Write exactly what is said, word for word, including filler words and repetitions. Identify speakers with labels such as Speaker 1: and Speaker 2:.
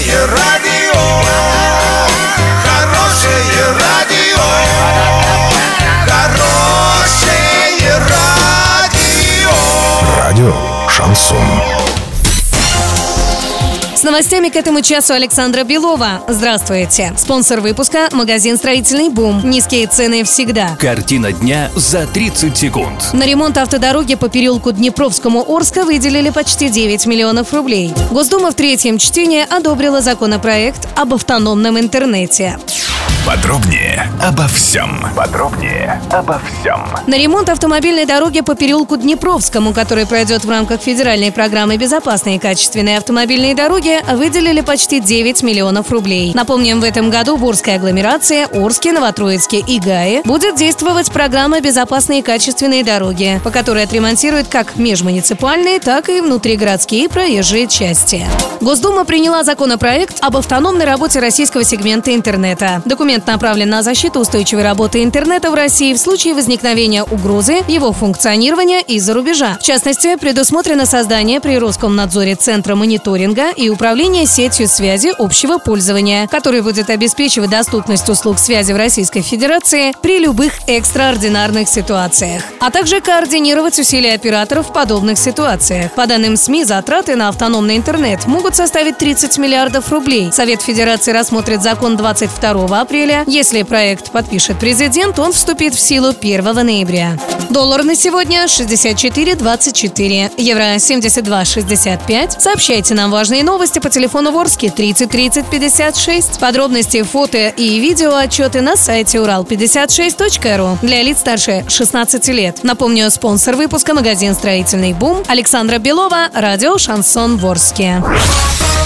Speaker 1: Хорошее радио, хорошее радио, хорошее радио.
Speaker 2: Радио Шансон.
Speaker 3: С новостями к этому часу Александра Белова. Здравствуйте. Спонсор выпуска – магазин «Строительный бум». Низкие цены всегда.
Speaker 4: Картина дня за тридцать секунд.
Speaker 3: На ремонт автодороги по переулку Днепровскому Орска выделили почти девять миллионов рублей. Госдума в третьем чтении одобрила законопроект об автономном интернете.
Speaker 2: Подробнее обо всем. Подробнее обо всем.
Speaker 3: На ремонт автомобильной дороги по переулку Днепровскому, который пройдет в рамках федеральной программы «Безопасные и качественные автомобильные дороги», выделили почти девять миллионов рублей. Напомним, в этом году в Орской агломерации, Орске, Новотроицке и Гае будет действовать программа «Безопасные и качественные дороги», по которой отремонтируют как межмуниципальные, так и внутригородские проезжие части. Госдума приняла законопроект об автономной работе российского сегмента интернета. Документ направлен на защиту устойчивой работы интернета в России в случае возникновения угрозы его функционирования из-за рубежа. В частности, предусмотрено создание при Роскомнадзоре Центра мониторинга и управления сетью связи общего пользования, который будет обеспечивать доступность услуг связи в Российской Федерации при любых экстраординарных ситуациях, а также координировать усилия операторов в подобных ситуациях. По данным СМИ, затраты на автономный интернет могут составить тридцать миллиардов рублей. Совет Федерации рассмотрит закон двадцать второго апреля. Если проект подпишет президент, он вступит в силу первого ноября. Доллар на сегодня шестьдесят четыре двадцать четыре, евро семьдесят два шестьдесят пять. Сообщайте нам важные новости по телефону в Орске тридцать тридцать пятьдесят шесть. Подробности, фото и видео отчеты на сайте урал пятьдесят шесть точка ру для лиц старше шестнадцати лет. Напомню, спонсор выпуска — магазин «Строительный бум». Александра Белова, радио «Шансон» в Орске.